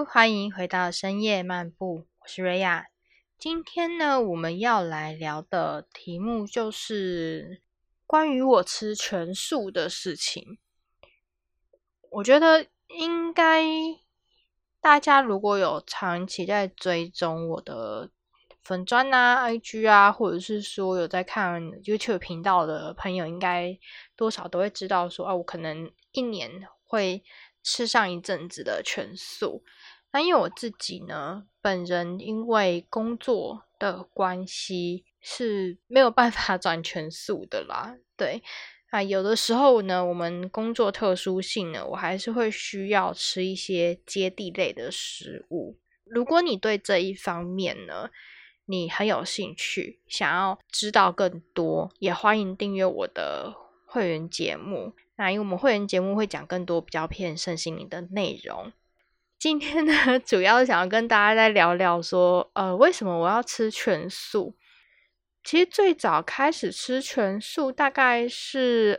欢迎回到深夜漫步，我是瑞亚。今天呢，我们要来聊的题目就是关于我吃全素的事情。我觉得应该大家如果有长期在追踪我的粉专啊、IG 啊，或者是说有在看 YouTube 频道的朋友，应该多少都会知道说，我可能一年会吃上一阵子的全素。那因为我自己呢，本人因为工作的关系是没有办法转全素的啦，对。有的时候呢，我们工作特殊性呢，我还是会需要吃一些接地类的食物。如果你对这一方面呢，你很有兴趣，想要知道更多，也欢迎订阅我的会员节目。那因为我们会员节目会讲更多比较偏身心灵的内容。今天呢，主要想要跟大家再聊聊说，为什么我要吃全素？其实最早开始吃全素大概是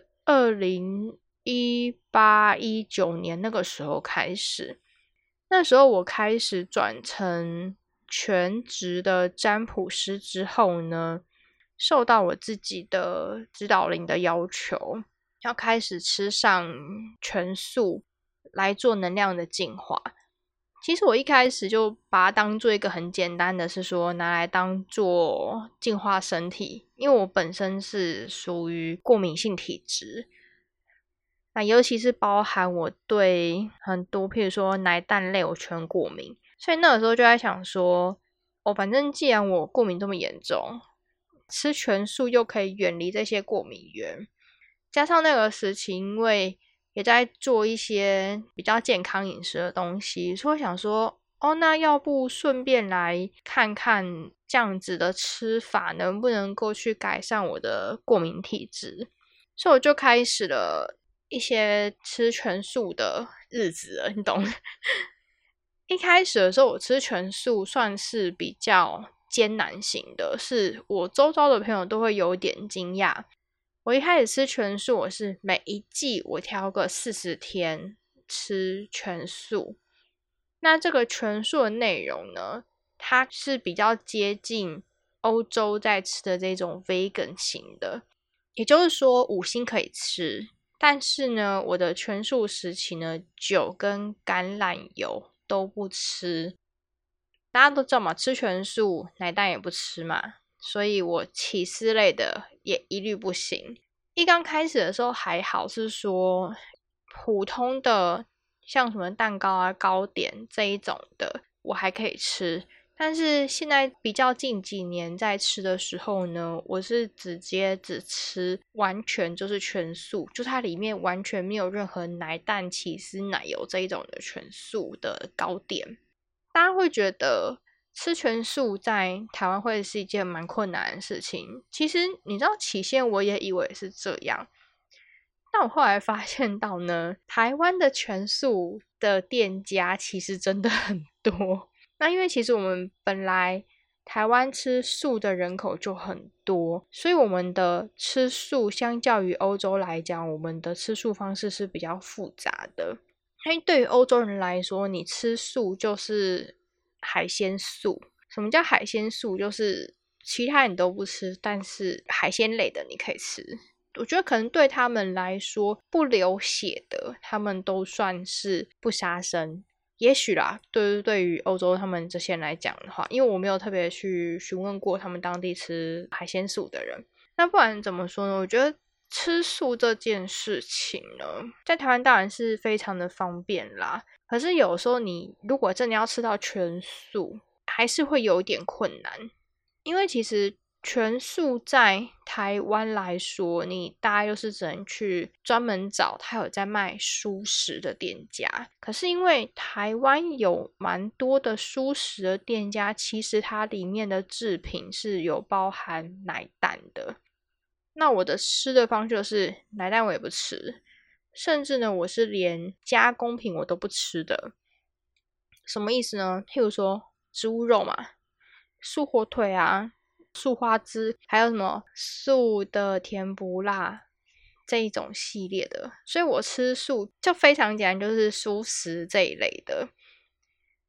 2018、19年那个时候开始。那时候我开始转成全职的占卜师之后呢，受到我自己的指导灵的要求，要开始吃上全素来做能量的净化。其实我一开始就把它当做一个很简单的，是说拿来当做净化身体，因为我本身是属于过敏性体质，那尤其是包含我对很多譬如说奶蛋类我全过敏，所以那个时候就在想说，反正既然我过敏这么严重，吃全素又可以远离这些过敏源，加上那个时期因为也在做一些比较健康饮食的东西，所以我想说那要不顺便来看看这样子的吃法能不能够去改善我的过敏体质，所以我就开始了一些吃全素的日子了，你懂一开始的时候我吃全素算是比较艰难型的，是我周遭的朋友都会有点惊讶。我一开始吃全素，我是每一季我挑个40天吃全素。那这个全素的内容呢，它是比较接近欧洲在吃的这种 vegan 型的，也就是说5星可以吃，但是呢，我的全素时期呢，酒跟橄榄油都不吃。大家都知道嘛，吃全素奶蛋也不吃嘛，所以我起司类的也一律不行。一刚开始的时候还好，是说普通的像什么蛋糕啊、糕点这一种的我还可以吃，但是现在比较近几年在吃的时候呢，我是直接只吃完全就是全素，就它里面完全没有任何奶蛋、起司、奶油这一种的全素的糕点。大家会觉得吃全素在台湾会是一件蛮困难的事情，其实你知道起先我也以为是这样，但我后来发现到呢，台湾的全素的店家其实真的很多。那因为其实我们本来台湾吃素的人口就很多，所以我们的吃素相较于欧洲来讲，我们的吃素方式是比较复杂的。因为对于欧洲人来说，你吃素就是海鲜素。什么叫海鲜素？就是其他你都不吃，但是海鲜类的你可以吃。我觉得可能对他们来说，不流血的他们都算是不杀生。也许啦，对于欧洲他们这些人来讲的话，因为我没有特别去询问过他们当地吃海鲜素的人。那不然怎么说呢？我觉得吃素这件事情呢，在台湾当然是非常的方便啦，可是有时候你如果真的要吃到全素，还是会有一点困难。因为其实全素在台湾来说，你大概就是只能去专门找他有在卖蔬食的店家，可是因为台湾有蛮多的蔬食的店家，其实它里面的制品是有包含奶蛋的。那我的吃的方式就是奶蛋我也不吃，甚至呢我是连加工品我都不吃的。什么意思呢？譬如说植物肉嘛，素火腿啊，素花枝，还有什么素的甜不辣这一种系列的，所以我吃素就非常简单，就是蔬食这一类的。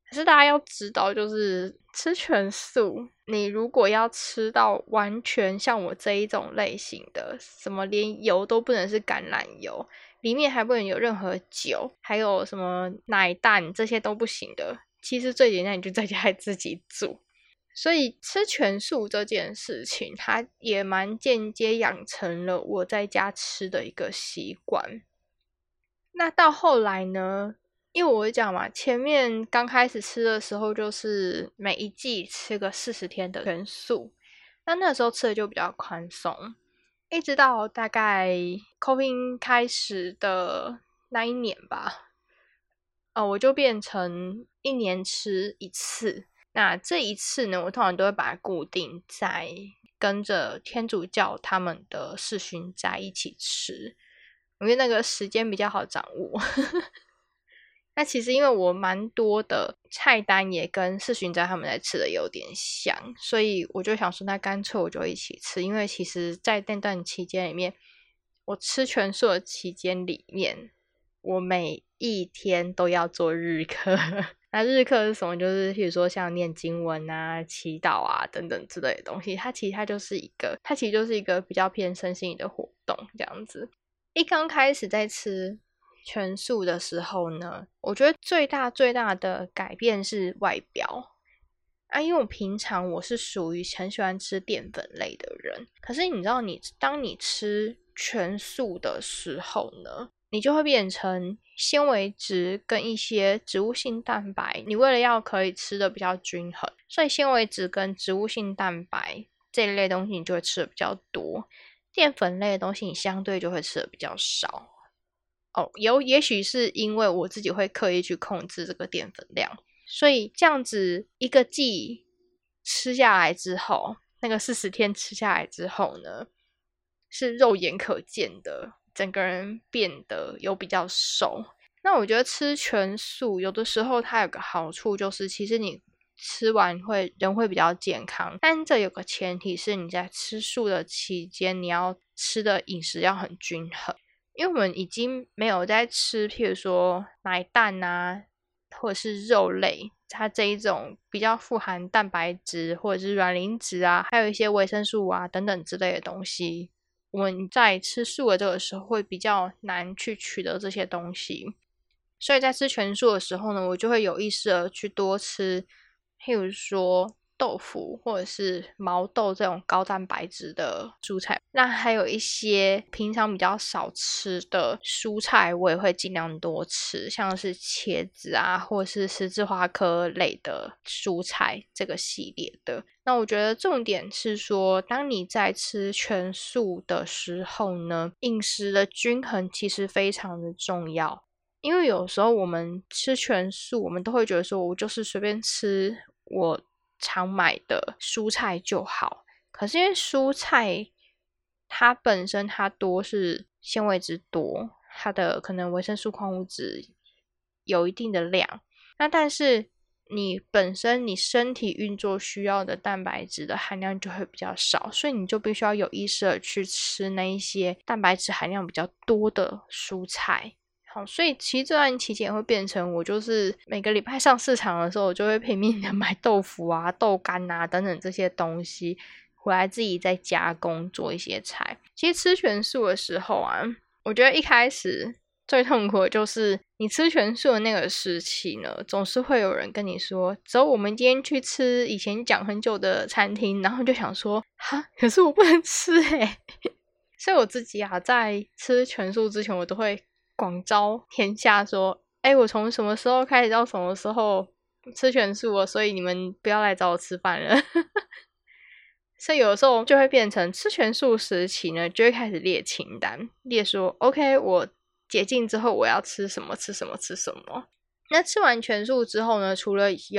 可是大家要知道，就是吃全素，你如果要吃到完全像我这一种类型的，什么连油都不能是橄榄油，里面还不能有任何酒，还有什么奶蛋这些都不行的，其实最简单你就在家里自己煮。所以吃全素这件事情，它也蛮间接养成了我在家吃的一个习惯。那到后来呢，因为我会讲嘛，前面刚开始吃的时候就是每一季吃个40天的全素，那时候吃的就比较宽松，一直到大概 COVID 开始的那一年吧，我就变成1年吃1次。那这一次呢，我通常都会把它固定在跟着天主教他们的视讯斋一起吃，因为那个时间比较好掌握。那其实因为我蛮多的菜单也跟视讯斋他们在吃的有点像，所以我就想说那干脆我就一起吃，因为其实在那段期间里面，我吃全素的期间里面，我每一天都要做日课。那日课是什么？就是比如说像念经文啊、祈祷啊等等之类的东西，它其实就是一个比较偏身心灵的活动这样子。一刚开始在吃全素的时候呢，我觉得最大的改变是外表啊，因为我平常我是属于很喜欢吃淀粉类的人，可是你知道当你吃全素的时候呢，你就会变成纤维质跟一些植物性蛋白，你为了要可以吃的比较均衡，所以纤维质跟植物性蛋白这一类东西你就会吃的比较多，淀粉类的东西你相对就会吃的比较少。也许是因为我自己会刻意去控制这个淀粉量，所以这样子一个季吃下来之后，那个40天吃下来之后呢，是肉眼可见的，整个人变得有比较瘦。那我觉得吃全素有的时候它有个好处，就是其实你吃完人会比较健康，但这有个前提是你在吃素的期间，你要吃的饮食要很均衡。因为我们已经没有在吃譬如说奶蛋啊或者是肉类，它这一种比较富含蛋白质或者是卵磷脂啊，还有一些维生素啊等等之类的东西，我们在吃素的这个时候会比较难去取得这些东西，所以在吃全素的时候呢，我就会有意识的去多吃譬如说豆腐或者是毛豆这种高蛋白质的蔬菜，那还有一些平常比较少吃的蔬菜我也会尽量多吃，像是茄子啊或者是十字花科类的蔬菜这个系列的。那我觉得重点是说，当你在吃全素的时候呢，饮食的均衡其实非常的重要，因为有时候我们吃全素，我们都会觉得说我就是随便吃我常买的蔬菜就好，可是因为蔬菜它本身它多是纤维质多，它的可能维生素矿物质有一定的量，那但是你本身你身体运作需要的蛋白质的含量就会比较少，所以你就必须要有意识的去吃那一些蛋白质含量比较多的蔬菜。好，所以其实这段期间会变成我就是每个礼拜上市场的时候，我就会拼命的买豆腐啊、豆干啊等等这些东西回来自己再加工做一些菜。其实吃全素的时候啊，我觉得一开始最痛苦的就是你吃全素的那个时期呢，总是会有人跟你说走，我们今天去吃以前讲很久的餐厅，然后就想说哈，可是我不能吃所以我自己啊在吃全素之前，我都会广招天下说我从什么时候开始到什么时候吃全素了，所以你们不要来找我吃饭了所以有的时候就会变成吃全素时期呢，就会开始列清单，列说 OK 我解禁之后我要吃什么吃什么吃什么。那吃完全素之后呢，除了有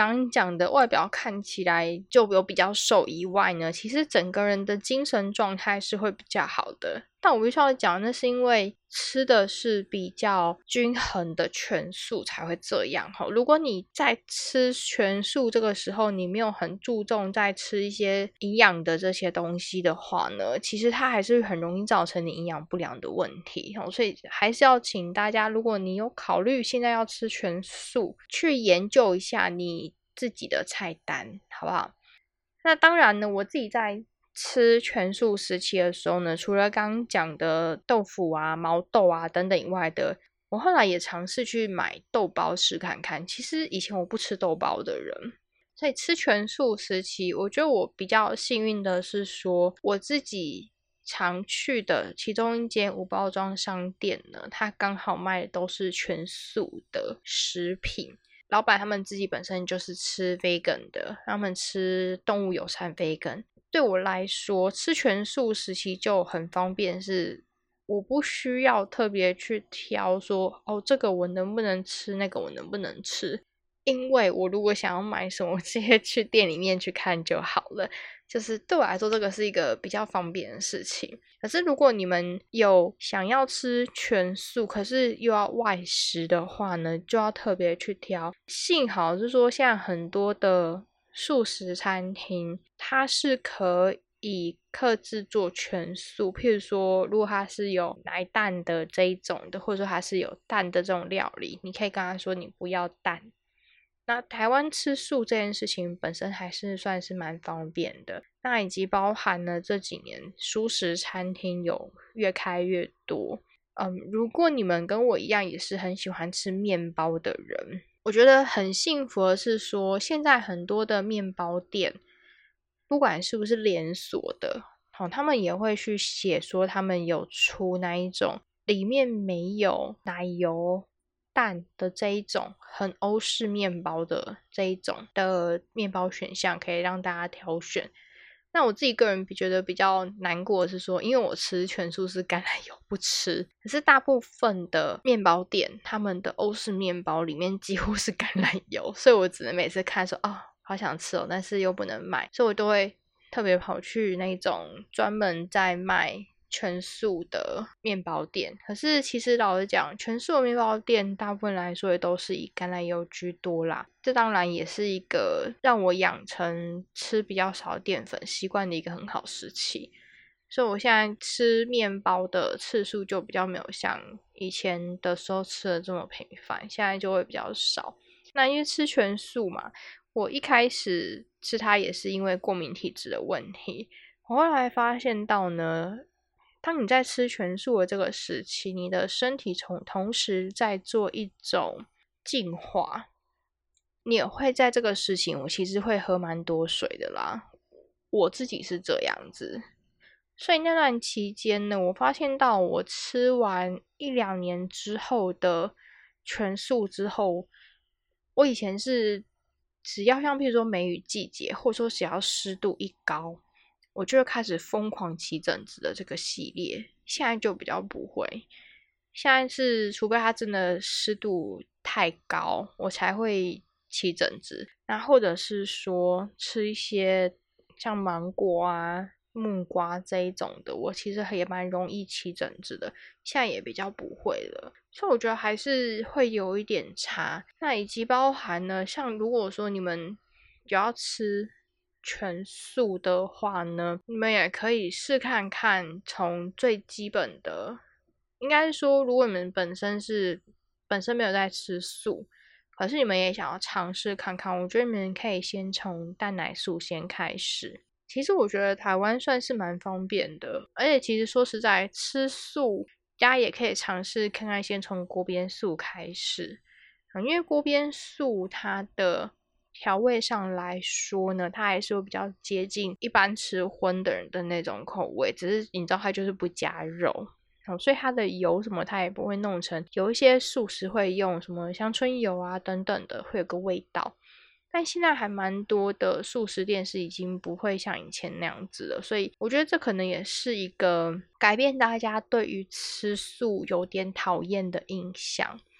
刚刚讲的外表看起来就有比较瘦以外呢，其实整个人的精神状态是会比较好的。但我必须要讲，那是因为吃的是比较均衡的全素才会这样。如果你在吃全素这个时候，你没有很注重在吃一些营养的这些东西的话呢，其实它还是很容易造成你营养不良的问题。所以还是要请大家，如果你有考虑现在要吃全素，去研究一下你自己的菜单，好不好？那当然呢，我自己在吃全素时期的时候呢，除了刚刚讲的豆腐啊、毛豆啊等等以外的，我后来也尝试去买豆包吃看看。其实以前我不吃豆包的人，所以吃全素时期，我觉得我比较幸运的是说，我自己常去的其中一间无包装商店呢，它刚好卖的都是全素的食品。老板他们自己本身就是吃 vegan 的，他们吃动物友善 vegan。对我来说，吃全素时期就很方便，是我不需要特别去挑说这个我能不能吃，那个我能不能吃，因为我如果想要买什么，我直接去店里面去看就好了。就是对我来说，这个是一个比较方便的事情。可是如果你们有想要吃全素，可是又要外食的话呢，就要特别去挑。幸好是说现在很多的素食餐厅，它是可以客制做全素，譬如说如果它是有奶蛋的这一种的，或者说它是有蛋的这种料理，你可以跟他说你不要蛋。那台湾吃素这件事情本身还是算是蛮方便的，那以及包含了这几年素食餐厅有越开越多。如果你们跟我一样也是很喜欢吃面包的人，我觉得很幸福的是说，现在很多的面包店，不管是不是连锁的，他们也会去写说他们有出那一种里面没有奶油蛋的这一种很欧式面包的这一种的面包选项，可以让大家挑选。那我自己个人觉得比较难过的是说，因为我吃全素是橄榄油不吃，可是大部分的面包店他们的欧式面包里面几乎是橄榄油，所以我只能每次看说好想吃但是又不能买，所以我都会特别跑去那种专门在卖全素的面包店。可是其实老实讲，全素的面包店大部分来说也都是以橄榄油居多啦，这当然也是一个让我养成吃比较少淀粉习惯的一个很好时期。所以我现在吃面包的次数就比较没有像以前的时候吃的这么频繁，现在就会比较少。那因为吃全素嘛，我一开始吃它也是因为过敏体质的问题，我后来发现到呢，当你在吃全素的这个时期，你的身体同时在做一种净化，你也会在这个时期，我其实会喝蛮多水的啦，我自己是这样子。所以那段期间呢，我发现到我吃完1-2年之后的全素之后，我以前是只要像譬如说梅雨季节，或者说只要湿度一高，我就会开始疯狂起疹子的这个系列。现在就比较不会，现在是除非它真的湿度太高，我才会起疹子。那或者是说吃一些像芒果啊、木瓜这一种的，我其实也蛮容易起疹子的，现在也比较不会了。所以我觉得还是会有一点差。那以及包含呢，像如果说你们有要吃全素的话呢，你们也可以试看看，从最基本的，应该是说，如果你们本身没有在吃素，可是你们也想要尝试看看，我觉得你们可以先从蛋奶素先开始。其实我觉得台湾算是蛮方便的，而且其实说实在，吃素大家也可以尝试看看，先从锅边素开始。因为锅边素它的调味上来说呢，它还是会比较接近一般吃荤的人的那种口味，只是你知道它就是不加肉，所以它的油什么它也不会弄成，有一些素食会用什么香椿油啊等等的，会有个味道。但现在还蛮多的素食店是已经不会像以前那样子了，所以我觉得这可能也是一个改变大家对于吃素有点讨厌的印象。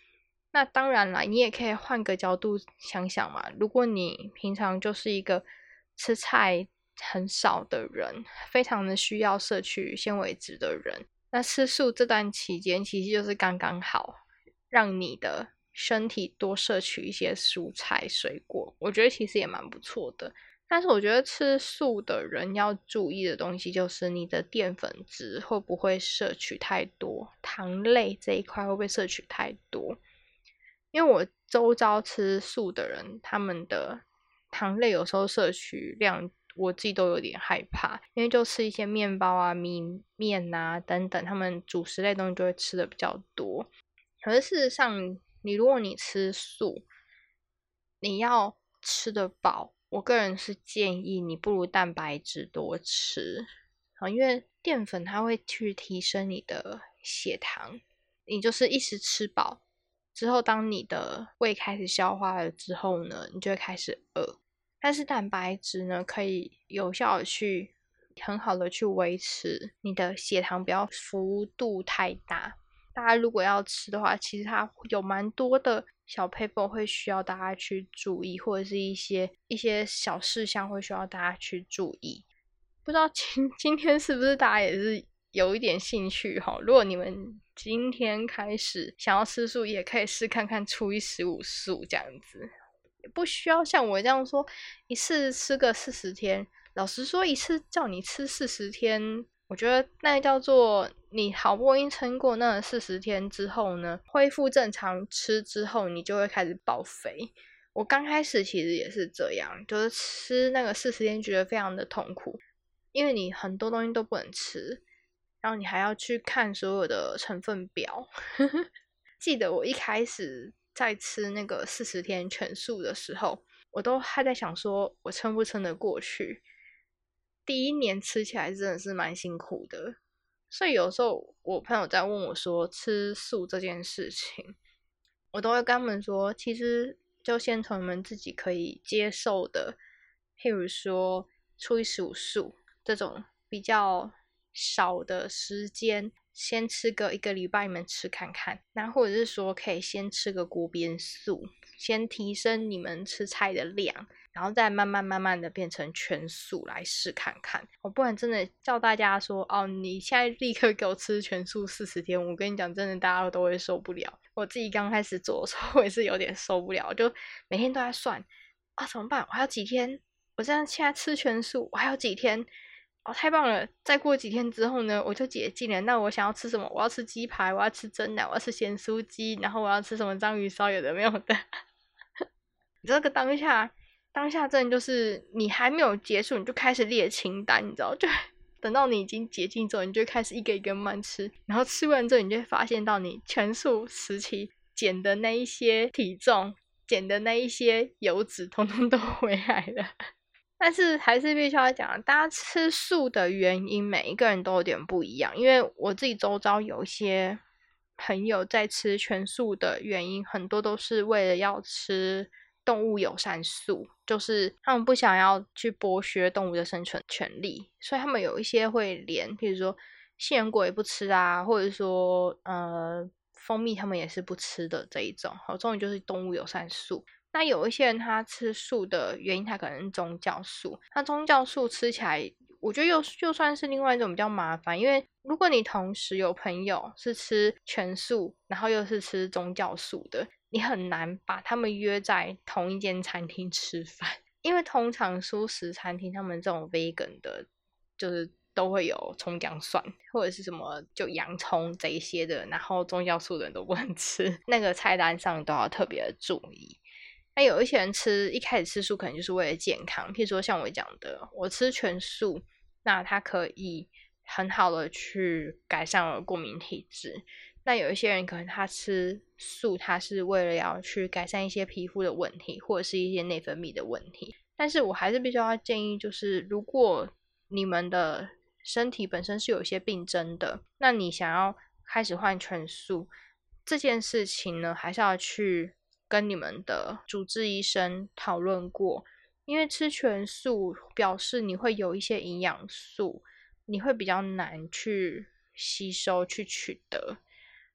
那当然啦，你也可以换个角度想想嘛，如果你平常就是一个吃菜很少的人，非常的需要摄取纤维质的人，那吃素这段期间其实就是刚刚好，让你的身体多摄取一些蔬菜水果，我觉得其实也蛮不错的。但是我觉得吃素的人要注意的东西就是你的淀粉质会不会摄取太多，糖类这一块会不会摄取太多。因为我周遭吃素的人，他们的糖类有时候摄取量我自己都有点害怕，因为就吃一些面包啊、米面啊等等，他们主食类东西就会吃的比较多。可是事实上，如果你吃素，你要吃得饱，我个人是建议你不如蛋白质多吃啊，因为淀粉它会去提升你的血糖，你就是一时吃饱之后，当你的胃开始消化了之后呢，你就会开始饿。但是蛋白质呢，可以有效的去很好的去维持你的血糖不要幅度太大。大家如果要吃的话，其实它有蛮多的小配方会需要大家去注意，或者是一些小事项会需要大家去注意。不知道今天是不是大家也是有一点兴趣齁？如果你们今天开始想要吃素，也可以试看看初一十五素这样子，也不需要像我这样说一次吃个40天。老实说，一次叫你吃40天，我觉得那叫做你好不容易撑过那40天之后呢，恢复正常吃之后，你就会开始爆肥。我刚开始其实也是这样，就是吃那个40天觉得非常的痛苦，因为你很多东西都不能吃，然后你还要去看所有的成分表。记得我一开始在吃那个40天全素的时候，我都还在想说我撑不撑得过去。第一年吃起来真的是蛮辛苦的，所以有时候我朋友在问我说吃素这件事情，我都会跟他们说，其实就先从你们自己可以接受的，譬如说初一十五素这种比较少的时间，先吃个1个礼拜，你们吃看看。那或者是说可以先吃个锅边素，先提升你们吃菜的量，然后再慢慢的变成全素来试看看。我不然真的叫大家说哦，你现在立刻给我吃全素40天，我跟你讲真的大家都会受不了。我自己刚开始做的时候我也是有点受不了，就每天都在算啊怎么办，我还有几天，我这样现在吃全素我还有几天哦，太棒了！再过几天之后呢，我就解禁了。那我想要吃什么？我要吃鸡排，我要吃蒸奶，我要吃咸酥鸡，然后我要吃什么章鱼烧，有的没有的。你这个当下真的就是你还没有结束，你就开始列清单，你知道？就等到你已经解禁之后，你就开始一个一个慢吃，然后吃完之后，你就会发现到你全素时期减的那一些体重、减的那一些油脂，统统都回来了。但是还是必须要讲，大家吃素的原因每一个人都有点不一样。因为我自己周遭有一些朋友在吃全素的原因，很多都是为了要吃动物友善素，就是他们不想要去剥削动物的生存权利，所以他们有一些会连，譬如说杏仁果也不吃啊，或者说蜂蜜他们也是不吃的这一种。好，终于就是动物友善素。那有一些人他吃素的原因，他可能是宗教素。那宗教素吃起来，我觉得又算是另外一种比较麻烦，因为如果你同时有朋友是吃全素，然后又是吃宗教素的，你很难把他们约在同一间餐厅吃饭，因为通常素食餐厅他们这种 vegan 的，就是都会有葱姜蒜或者是什么就洋葱这一些的，然后宗教素的人都不能吃，那个菜单上都要特别的注意。那有一些人一开始吃素可能就是为了健康，譬如说像我讲的，我吃全素，那它可以很好的去改善我的过敏体质。那有一些人可能他吃素，他是为了要去改善一些皮肤的问题，或者是一些内分泌的问题。但是我还是必须要建议，就是如果你们的身体本身是有一些病症的，那你想要开始换全素这件事情呢，还是要去跟你们的主治医生讨论过，因为吃全素表示你会有一些营养素，你会比较难去吸收去取得。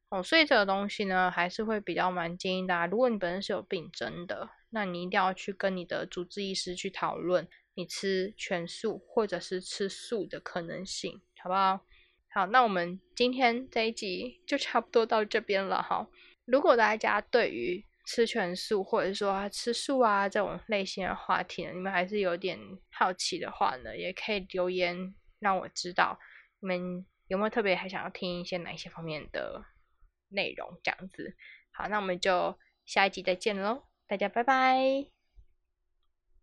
所以这个东西呢，还是会比较蛮建议大家，如果你本身是有病症的，那你一定要去跟你的主治医师去讨论你吃全素或者是吃素的可能性，好不好？好，那我们今天这一集就差不多到这边了哈。如果大家对于吃全素或者说吃素啊这种类型的话题呢，你们还是有点好奇的话呢，也可以留言让我知道你们有没有特别还想要听一些哪一些方面的内容这样子。好，那我们就下一集再见喽，大家拜拜。